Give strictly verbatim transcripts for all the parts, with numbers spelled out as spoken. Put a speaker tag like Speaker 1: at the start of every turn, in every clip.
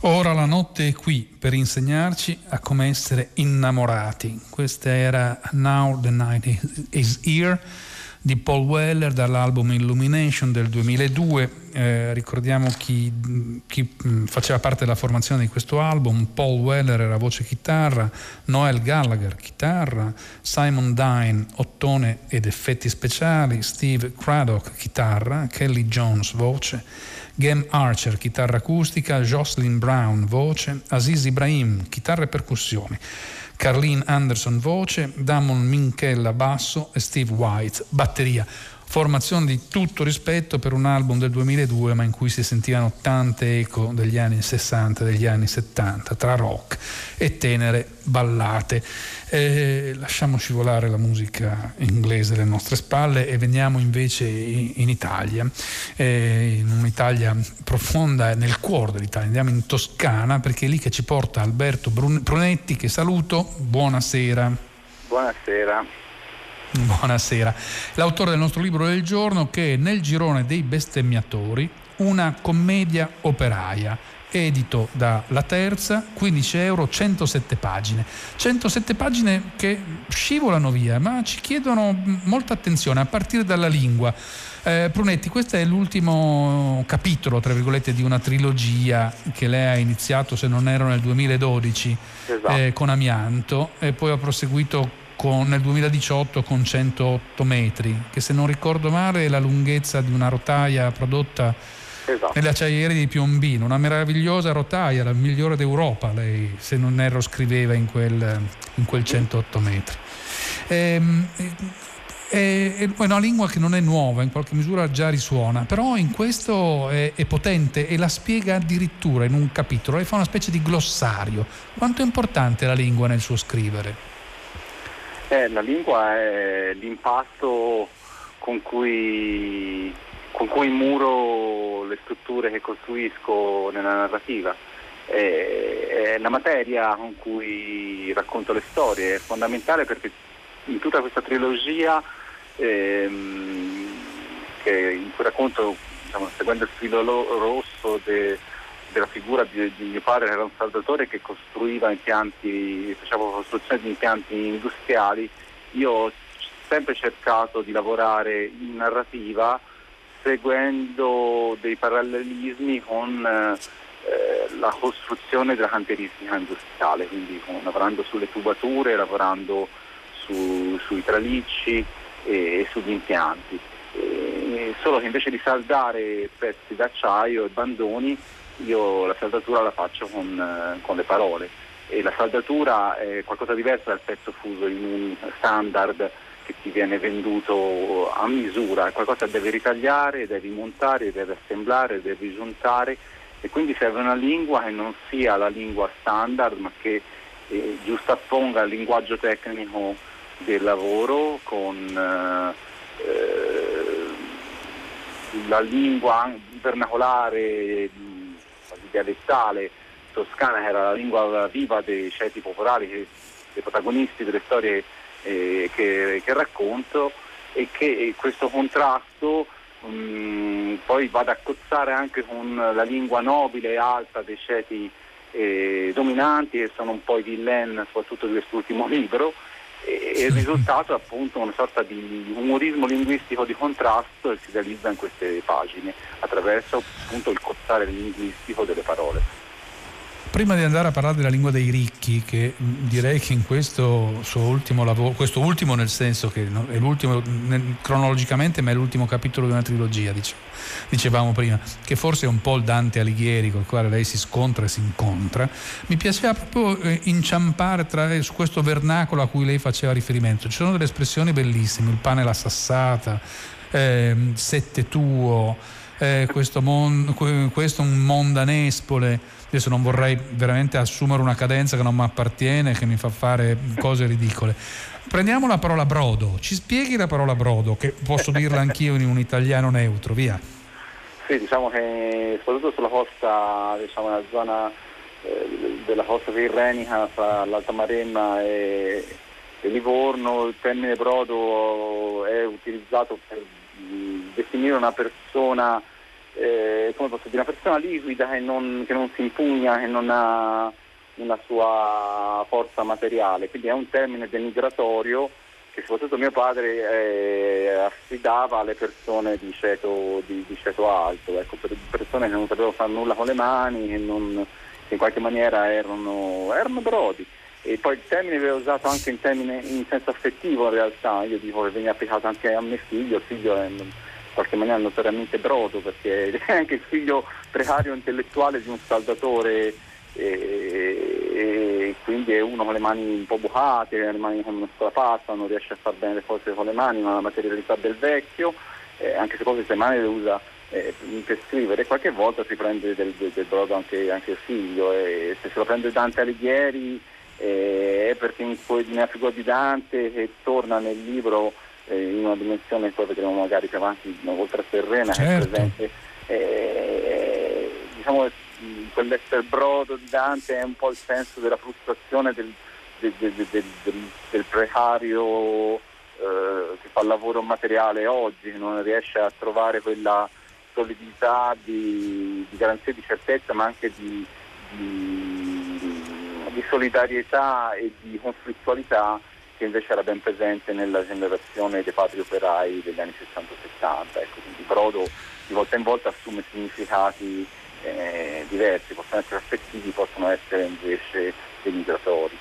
Speaker 1: Ora la notte è qui per insegnarci a come essere innamorati. Questa era Now the Night is Here di Paul Weller dall'album Illumination del duemiladue. Eh, ricordiamo chi, chi faceva parte della formazione di questo album. Paul Weller era voce chitarra, Noel Gallagher chitarra, Simon Dine ottone ed effetti speciali, Steve Craddock chitarra, Kelly Jones voce, Gem Archer chitarra acustica, Jocelyn Brown voce, Aziz Ibrahim chitarra e percussioni, Carlene Anderson voce, Damon Minchella basso e Steve White batteria. Formazione di tutto rispetto per un album del duemiladue, ma in cui si sentivano tante eco degli anni sessanta e degli anni settanta, tra rock e tenere ballate. Eh, lasciamo scivolare la musica inglese alle nostre spalle e veniamo invece in Italia, eh, in un'Italia profonda nel cuore dell'Italia. Andiamo in Toscana, perché è lì che ci porta Alberto Brunetti, che saluto. Buonasera.
Speaker 2: Buonasera.
Speaker 1: Buonasera. L'autore del nostro libro del giorno, che è Nel girone dei bestemmiatori, una commedia operaia, edito da La Terza, quindici euro, centosette pagine. centosette pagine che scivolano via, ma ci chiedono molta attenzione, a partire dalla lingua. Eh, Brunetti, questo è l'ultimo capitolo, tra virgolette, di una trilogia che lei ha iniziato, se non erro, nel duemiladodici, esatto. eh, con Amianto, e poi ha proseguito Con, nel duemiladiciotto con centootto metri, che se non ricordo male è la lunghezza di una rotaia prodotta esatto. nelle acciaierie di Piombino, una meravigliosa rotaia, la migliore d'Europa, lei, se non erro, scriveva in quel, in quel centootto metri. È, è, è una lingua che non è nuova, in qualche misura già risuona, però in questo è, è potente e la spiega addirittura in un capitolo, lei fa una specie di glossario. Quanto è importante la lingua nel suo scrivere?
Speaker 2: Eh, la lingua è l'impasto con cui, con cui muro le strutture che costruisco nella narrativa. È, è la materia con cui racconto le storie, è fondamentale perché in tutta questa trilogia ehm, che, in cui racconto, diciamo, seguendo il filo lo, rosso de, della figura di, di mio padre, che era un saldatore che costruiva impianti, faceva costruzione di impianti industriali, io ho sempre cercato di lavorare in narrativa seguendo dei parallelismi con eh, la costruzione della cantieristica industriale, quindi con, lavorando sulle tubature, lavorando su, sui tralicci e, e sugli impianti. E, solo che invece di saldare pezzi d'acciaio e bandoni, io la saldatura la faccio con, eh, con le parole, e la saldatura è qualcosa di diverso dal pezzo fuso in un standard che ti viene venduto a misura, è qualcosa che devi ritagliare, devi montare, devi assemblare, devi giuntare, e quindi serve una lingua che non sia la lingua standard, ma che eh, giustapponga il linguaggio tecnico del lavoro con eh, la lingua vernacolare dialettale toscana, che era la lingua viva dei ceti popolari, che, dei protagonisti delle storie eh, che, che racconto, e che e questo contrasto mh, poi va ad accozzare anche con la lingua nobile e alta dei ceti eh, dominanti, che sono un po' i villain soprattutto di quest'ultimo libro, e, e il risultato è appunto una sorta di umorismo linguistico di contrasto che si realizza in queste pagine attraverso appunto il cozzare linguistico delle parole.
Speaker 1: Prima di andare a parlare della lingua dei ricchi, che direi che in questo suo ultimo lavoro, questo ultimo nel senso che è l'ultimo nel, cronologicamente, ma è l'ultimo capitolo di una trilogia, diciamo, dicevamo prima, che forse è un po' il Dante Alighieri col quale lei si scontra e si incontra, mi piaceva proprio eh, inciampare tra, eh, su questo vernacolo a cui lei faceva riferimento. Ci sono delle espressioni bellissime: il pane e la sassata, eh, sette tuo, eh, questo, mon, questo un mondanespole. Adesso non vorrei veramente assumere una cadenza che non mi appartiene, che mi fa fare cose ridicole. Prendiamo la parola brodo. Ci spieghi la parola brodo, che posso dirla anch'io in un italiano neutro, via.
Speaker 2: Sì, diciamo che soprattutto sulla costa, diciamo nella zona eh, della costa tirrenica fra l'Alta Maremma e, e Livorno, il termine brodo è utilizzato per definire una persona eh, come posso dire, una persona liquida che non, che non si impugna, che non ha una sua forza materiale, quindi è un termine denigratorio che soprattutto mio padre eh, affidava alle persone di ceto, di, di ceto alto, ecco, per persone che non sapevano fare nulla con le mani, che, non, che in qualche maniera erano, erano brodi. E poi il termine viene usato anche in, termine, in senso affettivo in realtà, io dico che viene applicato anche a mio figlio, il figlio è in qualche maniera notoriamente brodo perché è anche il figlio precario intellettuale di un saldatore e, e quindi è uno con le mani un po' bucate, le mani come una strapazza, non riesce a fare bene le cose con le mani, ma la materialità del vecchio, eh, anche se poi le mani le usa eh, per scrivere, qualche volta si prende del, del, del brodo anche, anche il figlio, e se se lo prende Dante Alighieri eh, è perché in, nella figura di Dante che torna nel libro eh, in una dimensione che poi vedremo magari più avanti, ultraterrena, certo, che è presente, eh, diciamo quell'essere brodo di Dante è un po' il senso della frustrazione del, del, del, del, del, del precario eh, che fa il lavoro materiale oggi, che non riesce a trovare quella solidità di, di garanzia di certezza, ma anche di, di, di solidarietà e di conflittualità che invece era ben presente nella generazione dei padri operai degli anni sessanta settanta. Ecco, quindi brodo di volta in volta assume significati Eh, diversi, possono essere affettivi, possono essere invece denigratori.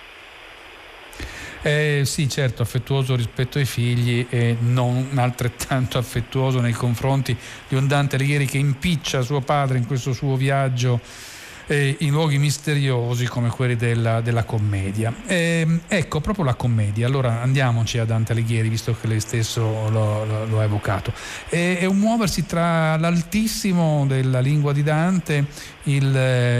Speaker 1: Eh, sì, certo, affettuoso rispetto ai figli e non altrettanto affettuoso nei confronti di un Dante Alighieri che impiccia suo padre in questo suo viaggio eh, in luoghi misteriosi come quelli della, della commedia. Eh, ecco, proprio la commedia. Allora andiamoci a Dante Alighieri, visto che lei stesso lo, lo, lo ha evocato. È, è un muoversi tra l'altissimo della lingua di Dante, il,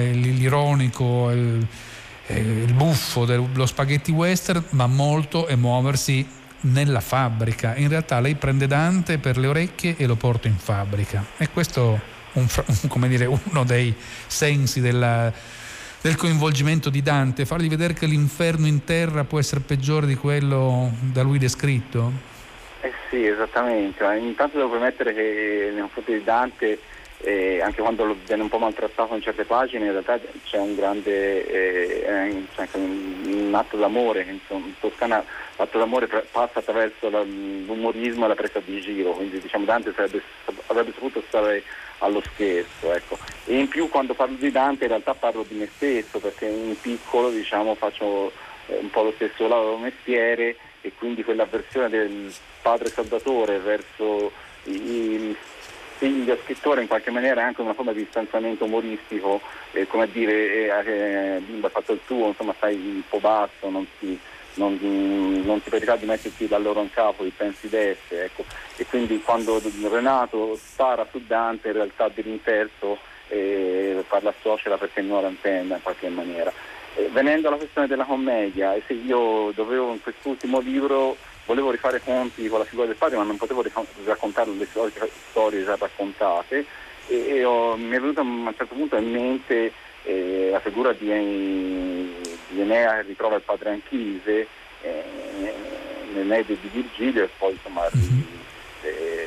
Speaker 1: l'ironico, il, il buffo dello spaghetti western, ma molto è muoversi nella fabbrica. In realtà lei prende Dante per le orecchie e lo porta in fabbrica, e questo Un, come dire, uno dei sensi della, del coinvolgimento di Dante, fargli vedere che l'inferno in terra può essere peggiore di quello da lui descritto?
Speaker 2: Eh sì, esattamente. Intanto devo premettere che nei confronti di Dante, eh, anche quando lo viene un po' maltrattato in certe pagine, in realtà c'è un grande eh, c'è anche un, un atto d'amore, insomma, in Toscana l'atto d'amore passa attraverso la, l'umorismo e la presa di giro, quindi diciamo Dante sarebbe, avrebbe saputo stare allo scherzo, ecco. E in più quando parlo di Dante in realtà parlo di me stesso, perché in piccolo diciamo faccio eh, un po' lo stesso lavoro mestiere, e quindi quell'avversione del padre saldatore verso il figlio scrittore in qualche maniera è anche una forma di distanziamento umoristico, eh, come a dire eh, eh, bimbo hai fatto il tuo, insomma stai un po' basso, non ti Non, non ti merità di metterti dal loro in capo, di pensi d'esse, ecco. E quindi quando Renato spara su Dante in realtà dell'interso eh, parla suocera perché non la intenda in qualche maniera. Eh, venendo alla questione della commedia, eh, se io dovevo in quest'ultimo libro volevo rifare conti con la figura del padre, ma non potevo raccontare le solite storie già raccontate, e, e ho, mi è venuta a un certo punto in mente Eh, la figura di, di Enea che ritrova il padre Anchise eh, nell'Eneide di Virgilio, e poi insomma mm-hmm. eh,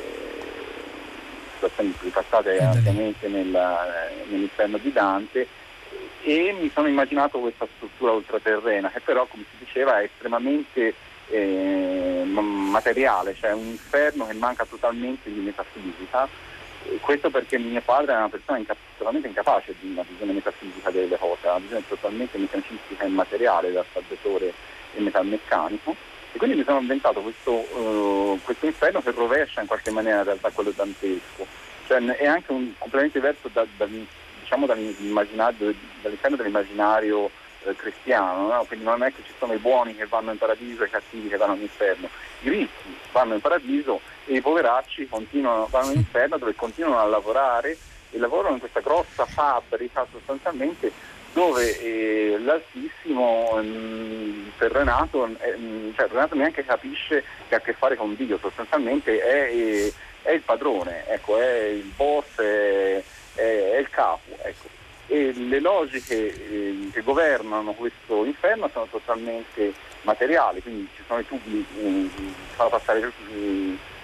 Speaker 2: situazioni ripassate ampiamente nell'inferno di Dante, e mi sono immaginato questa struttura ultraterrena che però, come si diceva, è estremamente eh, materiale, cioè un inferno che manca totalmente di metafisica. Questo perché mio padre era una persona inca- totalmente incapace di una visione metafisica delle cose, una visione totalmente mecanicistica e materiale, da saldatore e metalmeccanico, e quindi mi sono inventato questo, uh, questo inferno che rovescia in qualche maniera in realtà quello dantesco, cioè è anche un completamente diverso da, da, diciamo dall'immaginario, dall'interno dell'immaginario eh, cristiano, no? Quindi non è che ci sono i buoni che vanno in paradiso e i cattivi che vanno all'inferno, i ricchi vanno in paradiso e i poveracci continuano, vanno all'inferno, dove continuano a lavorare, e lavorano in questa grossa fabbrica sostanzialmente, dove eh, l'Altissimo mh, per Renato, eh, mh, cioè Renato neanche capisce che ha a che fare con Dio, sostanzialmente è, è, è il padrone, ecco, è il boss, è, è, è il capo, ecco. E le logiche eh, che governano questo inferno sono totalmente materiali, quindi ci sono i tubi che fanno passare eh,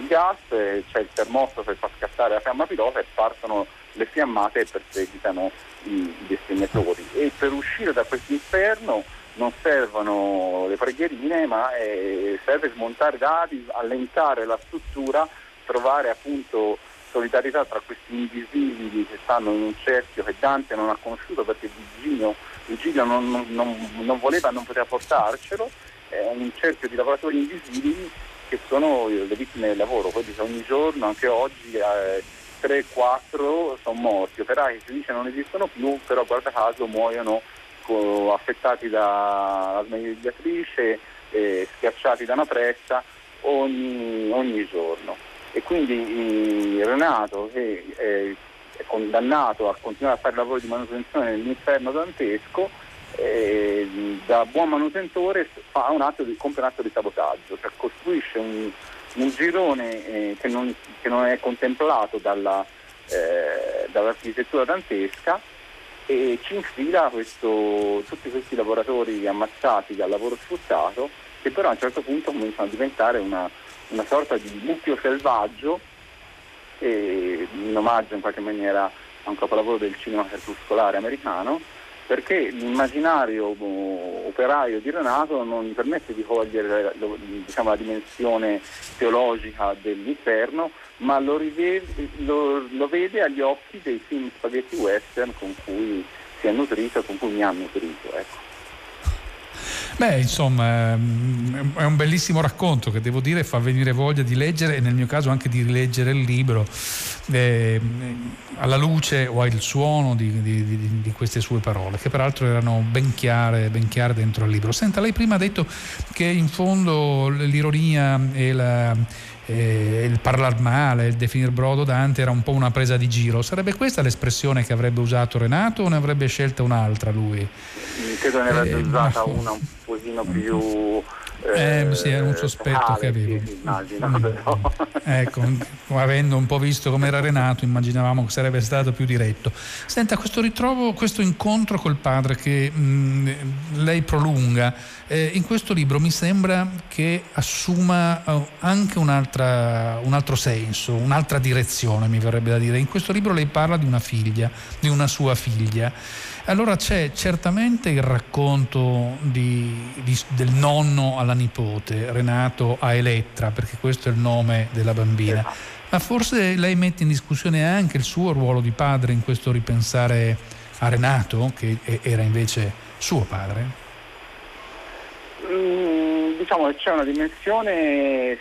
Speaker 2: il gas, eh, c'è il termostato per far scattare la fiamma pilota e partono le fiammate e perseguitano i, i destinatori. E per uscire da questo inferno non servono le preghierine, ma eh, serve smontare dati, allentare la struttura, trovare appunto solidarietà tra questi invisibili che stanno in un cerchio che Dante non ha conosciuto perché Virgilio, Virgilio non, non, non, non voleva, non poteva portarcelo. È un cerchio di lavoratori invisibili che sono le vittime del lavoro, quelli che ogni giorno, anche oggi, eh, tre quattro sono morti, operai che si dice non esistono più, però guarda caso muoiono co- affettati da smerigliatrice, eh, schiacciati da una pressa ogni, ogni giorno. E quindi eh, Renato, che eh, è condannato a continuare a fare lavori di manutenzione nell'inferno dantesco, eh, da buon manutentore fa un atto di, compie un atto di sabotaggio, cioè costruisce un, un girone eh, che, non, che non è contemplato dalla, eh, dall'architettura dantesca, e ci infila questo, tutti questi lavoratori ammazzati dal lavoro sfruttato, che però a un certo punto cominciano a diventare una, una sorta di mucchio selvaggio, eh, in omaggio in qualche maniera a un capolavoro del cinema crepuscolare americano, perché l'immaginario operaio di Renato non gli permette di cogliere, diciamo, la dimensione teologica dell'inferno, ma lo, rivede, lo, lo vede agli occhi dei film spaghetti western con cui si è nutrito e con cui mi ha nutrito, ecco.
Speaker 1: Beh, insomma, è un bellissimo racconto che, devo dire, fa venire voglia di leggere, e nel mio caso anche di rileggere il libro eh, alla luce o al suono di, di, di, di queste sue parole, che peraltro erano ben chiare, ben chiare dentro il libro. Senta, lei prima ha detto che in fondo l'ironia e la Eh, il parlar male, il definir brodo Dante era un po' una presa di giro. Sarebbe questa l'espressione che avrebbe usato Renato o ne avrebbe scelta un'altra lui?
Speaker 2: Credo ne avrebbe
Speaker 1: Eh,
Speaker 2: usata
Speaker 1: ma...
Speaker 2: una un pochino più eh,
Speaker 1: eh, sì, era un sospetto
Speaker 2: reale,
Speaker 1: che avevo.
Speaker 2: sì, immagino, però.
Speaker 1: Ecco, avendo un po' visto com'era Renato, immaginavamo che sarebbe stato più diretto. Senta, questo ritrovo, questo incontro col padre che mh, lei prolunga eh, in questo libro, mi sembra che assuma uh, anche un'altra, un altro senso, un'altra direzione, mi verrebbe da dire. In questo libro lei parla di una figlia, di una sua figlia. Allora c'è certamente il racconto di, di, del nonno alla nipote, Renato a Elettra, perché questo è il nome della bambina, ma forse lei mette in discussione anche il suo ruolo di padre in questo ripensare a Renato, che era invece suo padre?
Speaker 2: Mm, diciamo che c'è una dimensione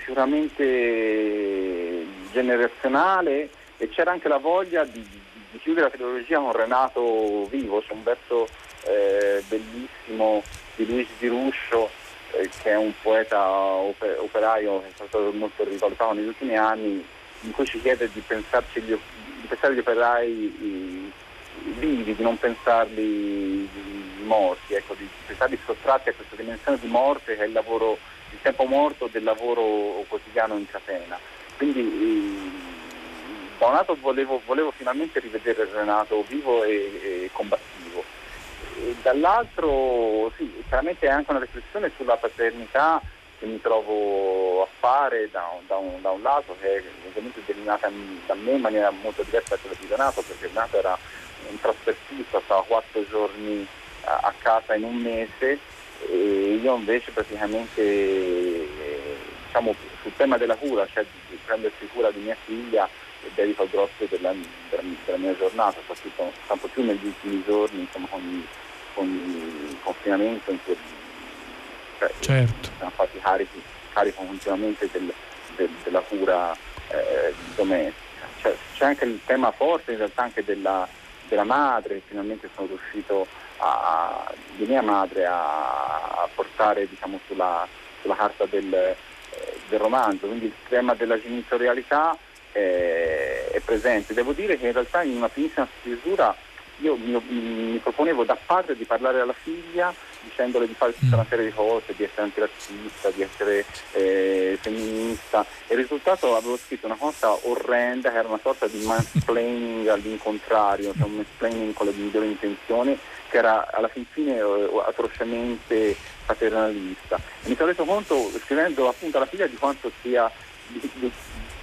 Speaker 2: sicuramente generazionale, e c'era anche la voglia di di chiudere la trilogia con Renato vivo. C'è un verso eh, bellissimo di Luigi Di Ruscio, eh, che è un poeta oper- operaio che è stato molto rivalutato negli ultimi anni, in cui ci chiede di pensarci gli, di pensare agli operai i, i vivi, di non pensarli morti, ecco, di pensarli sottratti a questa dimensione di morte che è il lavoro, il tempo morto del lavoro quotidiano in catena. Quindi i, da un lato volevo, volevo finalmente rivedere Renato vivo e, e combattivo, e dall'altro sì, chiaramente è anche una riflessione sulla paternità che mi trovo a fare da, da, un, da un lato, che è ovviamente delineata da me in maniera molto diversa da quella di Renato, perché Renato era un trasfertito, stava quattro giorni a, a casa in un mese, e io invece praticamente eh, diciamo sul tema della cura, cioè di prendersi cura di mia figlia, e dedico il grosso della, della, della mia giornata, soprattutto tanto più negli ultimi giorni, insomma, con, con il confinamento in cui cioè,
Speaker 1: certo.
Speaker 2: siamo fatti carichi, carico continuamente del, del, della cura eh, domestica. Cioè, c'è anche il tema forte in realtà anche della, della madre, finalmente sono riuscito a, di mia madre a, a portare, diciamo, sulla, sulla carta del, eh, del romanzo, quindi il tema della genitorialità è presente. Devo dire che in realtà in una primissima stesura io mi, mi proponevo da padre di parlare alla figlia dicendole di fare tutta una serie di cose, di essere antirazzista, di essere eh, femminista, e il risultato avevo scritto una cosa orrenda che era una sorta di mansplaining all'incontrario, cioè un mansplaining con le migliori intenzioni, che era alla fin fine atrocemente paternalista. E mi sono reso conto, scrivendo appunto alla figlia, di quanto sia di, di,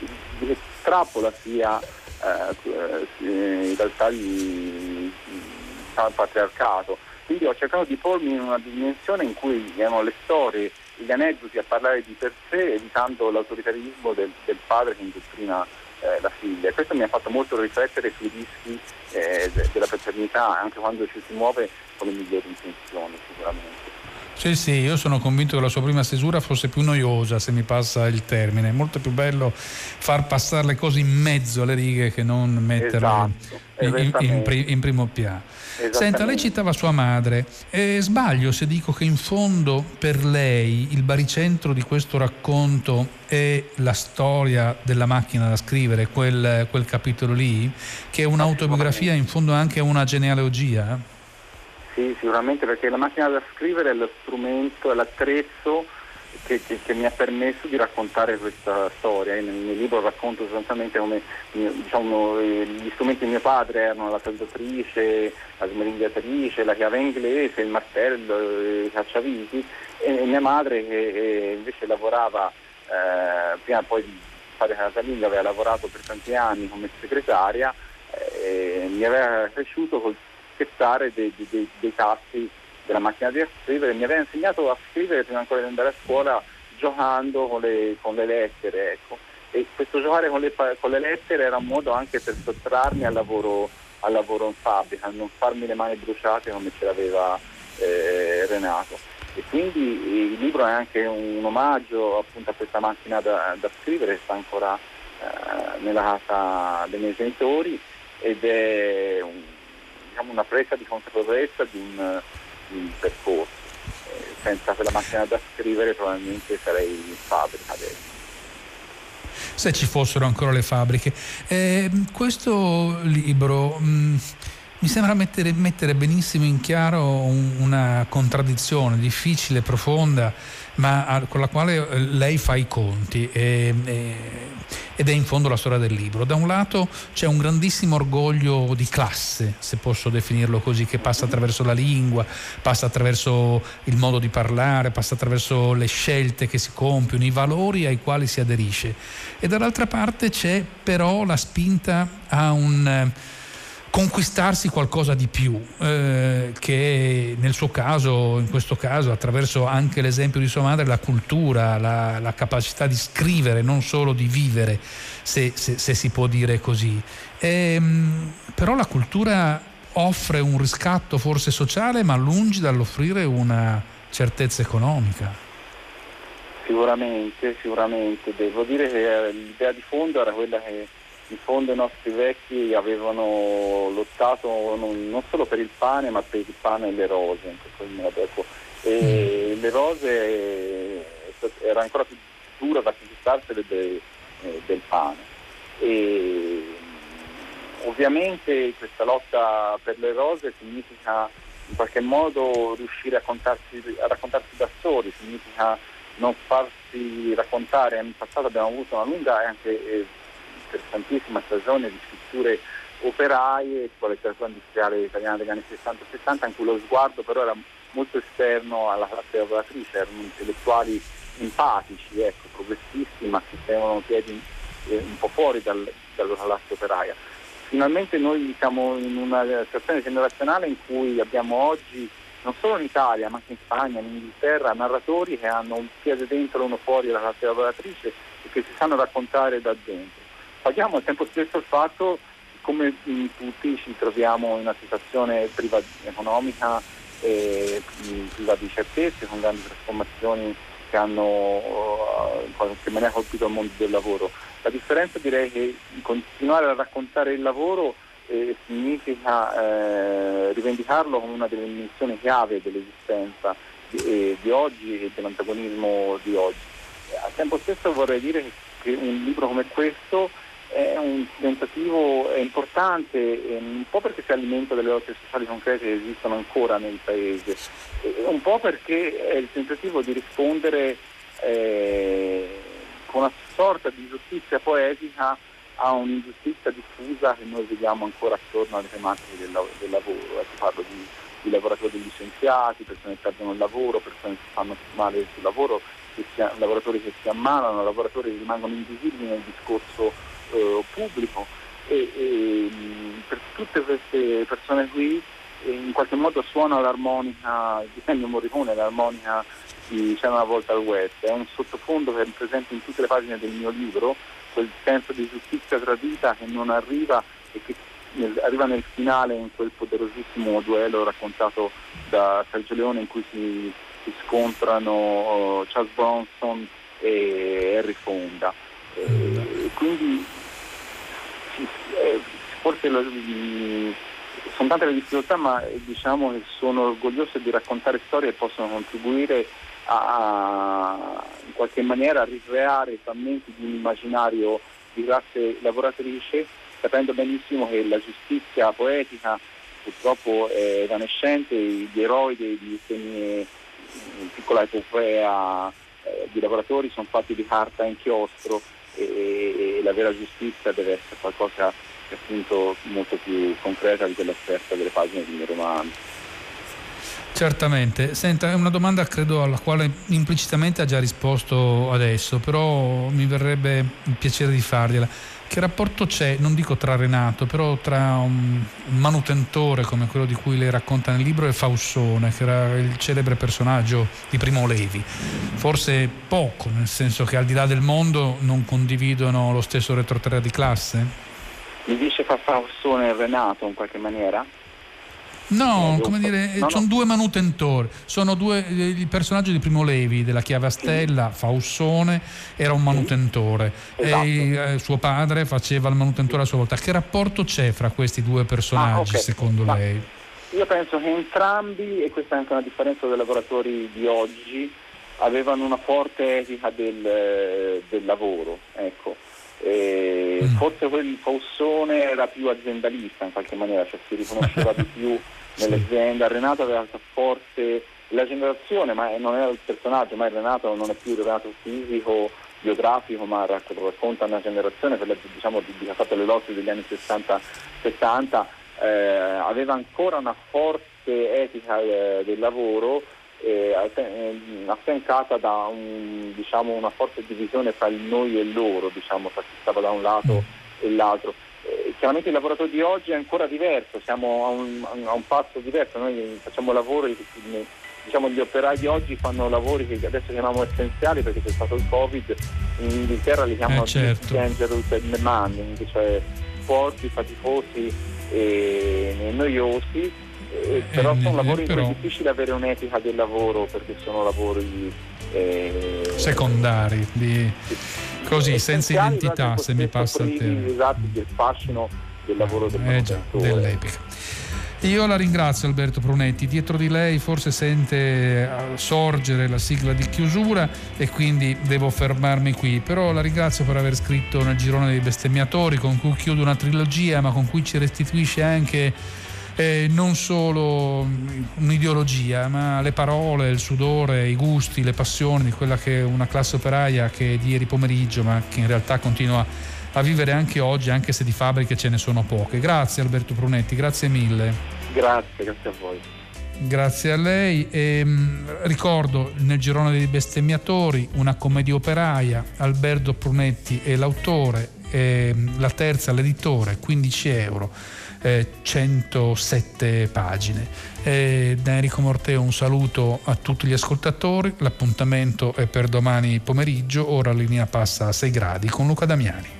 Speaker 2: trappola sia eh, in realtà il, il patriarcato. Quindi ho cercato di pormi in una dimensione in cui erano le storie, gli aneddoti a parlare di per sé, evitando l'autoritarismo del, del padre che indottrina eh, la figlia. E questo mi ha fatto molto riflettere sui rischi eh, de- della paternità, anche quando ci si muove con le migliori intenzioni, sicuramente.
Speaker 1: Sì, sì, io sono convinto che la sua prima stesura fosse più noiosa, se mi passa il termine. È molto più bello far passare le cose in mezzo alle righe che non metterle
Speaker 2: esatto,
Speaker 1: in, in, in, in primo piano. Senta, lei citava sua madre. E sbaglio se dico che in fondo per lei il baricentro di questo racconto è la storia della macchina da scrivere, quel, quel capitolo lì, che è un'autobiografia, in fondo anche una genealogia?
Speaker 2: Sì, sicuramente, perché la macchina da scrivere è lo strumento, è l'attrezzo che, che, che mi ha permesso di raccontare questa storia. Nel, nel libro racconto sostanzialmente come, diciamo, gli strumenti di mio padre erano la saldatrice, la smerigliatrice, la chiave inglese, il martello, i cacciaviti, e, e mia madre che e invece lavorava, eh, prima poi di fare la casalinga, aveva lavorato per tanti anni come segretaria, eh, mi aveva cresciuto col aspettare dei, dei, dei tasti della macchina di scrivere. Mi aveva insegnato a scrivere prima ancora di andare a scuola giocando con le, con le lettere, ecco. E questo giocare con le, con le lettere era un modo anche per sottrarmi al lavoro, al lavoro in fabbrica, a non farmi le mani bruciate come ce l'aveva eh, Renato. E quindi il libro è anche un omaggio appunto a questa macchina da, da scrivere, che sta ancora eh, nella casa dei miei genitori, ed è un una presa di consapevolezza di un, di un percorso. Eh, senza quella macchina da scrivere probabilmente sarei in fabbrica adesso.
Speaker 1: Se ci fossero ancora le fabbriche. Eh, questo libro mh, mi sembra mettere, mettere benissimo in chiaro un, una contraddizione difficile, profonda, ma a, con la quale lei fa i conti e, e, ed è in fondo la storia del libro. Da un lato c'è un grandissimo orgoglio di classe, se posso definirlo così, che passa attraverso la lingua, passa attraverso il modo di parlare, passa attraverso le scelte che si compiono, i valori ai quali si aderisce, e dall'altra parte c'è però la spinta a un conquistarsi qualcosa di più, eh, che nel suo caso, in questo caso, attraverso anche l'esempio di sua madre, la cultura, la, la capacità di scrivere, non solo di vivere, se, se, se si può dire così. E, però la cultura offre un riscatto forse sociale, ma lungi dall'offrire una certezza economica.
Speaker 2: Sicuramente, sicuramente. Devo dire che l'idea di fondo era quella che in fondo i nostri vecchi avevano lottato non, non solo per il pane, ma per il pane e le rose in questo modo. E le rose era ancora più dura da conquistarsele de, eh, del pane. E ovviamente questa lotta per le rose significa in qualche modo riuscire a, contarsi, a raccontarsi da soli, significa non farsi raccontare. In passato abbiamo avuto una lunga e anche eh, interessantissima stagione di scritture operaie, tipo la letteratura industriale italiana degli anni sessanta settanta, in cui lo sguardo però era molto esterno alla classe lavoratrice, erano intellettuali empatici, ecco, progressisti, ma che tenevano piedi eh, un po' fuori dal, dalla classe operaia. Finalmente noi siamo in una situazione generazionale in cui abbiamo oggi, non solo in Italia, ma anche in Spagna, in Inghilterra, narratori che hanno un piede dentro e uno fuori dalla classe lavoratrice e che si sanno raccontare da dentro. Paghiamo al tempo stesso il fatto, come in tutti ci troviamo in una situazione priva economica, eh, priva di certezze, con grandi trasformazioni che hanno in qualche maniera colpito il mondo del lavoro. La differenza, direi, che continuare a raccontare il lavoro eh, significa eh, rivendicarlo come una delle dimensioni chiave dell'esistenza di, eh, di oggi e dell'antagonismo di oggi. Al tempo stesso vorrei dire che un libro come questo è un tentativo importante, un po' perché si alimenta delle lotte sociali concrete che esistono ancora nel paese, un po' perché è il tentativo di rispondere eh, con una sorta di giustizia poetica a un'ingiustizia diffusa che noi vediamo ancora attorno alle tematiche del, del lavoro. Ecco, parlo di, di lavoratori licenziati, persone che perdono il lavoro, persone che fanno male sul lavoro, che si, lavoratori che si ammalano, lavoratori che rimangono invisibili nel discorso eh, pubblico e, e per tutte queste persone qui in qualche modo suona l'armonica di Ennio Morricone, l'armonica di C'era una volta al West. È un sottofondo che è presente in tutte le pagine del mio libro, quel senso di giustizia tradita che non arriva e che nel, arriva nel finale, in quel poderosissimo duello raccontato da Sergio Leone in cui si, si scontrano uh, Charles Bronson e Henry Fonda. E quindi eh, forse lo, sono tante le difficoltà, ma diciamo che sono orgoglioso di raccontare storie che possono contribuire a, in qualche maniera a ricreare i frammenti di un immaginario di classe lavoratrice, sapendo benissimo che la giustizia poetica purtroppo è evanescente, gli eroi di questa piccola epopea eh, di lavoratori sono fatti di carta e inchiostro e, e la vera giustizia deve essere qualcosa che è appunto molto più concreta di quella offerta delle pagine di miei romanzi.
Speaker 1: Certamente. Senta, è una domanda credo alla quale implicitamente ha già risposto adesso, però mi verrebbe il piacere di fargliela. Che rapporto c'è, non dico tra Renato, però tra un manutentore come quello di cui lei racconta nel libro e Faussone, che era il celebre personaggio di Primo Levi? Forse poco, nel senso che al di là del mondo non condividono lo stesso retroterra di classe?
Speaker 2: Mi dice fa Faussone e Renato in qualche maniera?
Speaker 1: No, come dire,
Speaker 2: no,
Speaker 1: sono
Speaker 2: no.
Speaker 1: due manutentori, sono due, il personaggio di Primo Levi della Chiave a Stella, sì. Faussone era un manutentore, sì. Esatto. E eh, suo padre faceva il manutentore a sua volta. Che rapporto c'è fra questi due personaggi, ah, okay. secondo Ma lei?
Speaker 2: Io penso che entrambi, e questa è anche una differenza dei lavoratori di oggi, avevano una forte etica del, del lavoro, ecco. E mm. Forse quel Faussone era più aziendalista in qualche maniera, cioè si riconosceva di più nell'azienda. Sì. Renato aveva forse la generazione, ma non era il personaggio, ma il Renato non è più il Renato fisico, biografico, ma racconta una generazione, quella diciamo che ha fatto le lotte degli anni sessanta settanta, eh, aveva ancora una forte etica eh, del lavoro, Eh, affiancata da un, diciamo, una forte divisione tra il noi e il loro, diciamo, tra chi stava da un lato e l'altro. Eh, chiaramente il lavoratore di oggi è ancora diverso, siamo a un, a un passo diverso, noi facciamo lavori, diciamo gli operai di oggi fanno lavori che adesso chiamiamo essenziali perché c'è stato il Covid, in Inghilterra li chiamano
Speaker 1: eh, certo.
Speaker 2: dangerous demanding, cioè forti, faticosi e, e noiosi. Eh, però sono lavori in cui è difficile avere un'etica del lavoro perché sono lavori eh,
Speaker 1: secondari di, così senza identità, se mi passa il termine,
Speaker 2: esatto, del fascino del lavoro del
Speaker 1: eh, già, dell'epica. Io la ringrazio, Alberto Prunetti. Dietro di lei forse sente sorgere la sigla di chiusura e quindi devo fermarmi qui, però la ringrazio per aver scritto Nel girone dei bestemmiatori, con cui chiude una trilogia ma con cui ci restituisce anche Eh, non solo un'ideologia, ma le parole, il sudore, i gusti, le passioni di quella che è una classe operaia che è di ieri pomeriggio, ma che in realtà continua a vivere anche oggi, anche se di fabbriche ce ne sono poche. Grazie Alberto Prunetti, grazie mille.
Speaker 2: Grazie, grazie a voi.
Speaker 1: Grazie a lei. E, mh, ricordo Nel girone dei bestemmiatori, una commedia operaia, Alberto Prunetti è l'autore, e, la terza l'editore, quindici euro. Eh, centosette pagine. Eh, da Enrico Morteo un saluto a tutti gli ascoltatori, l'appuntamento è per domani pomeriggio, ora la linea passa a sei gradi con Luca Damiani.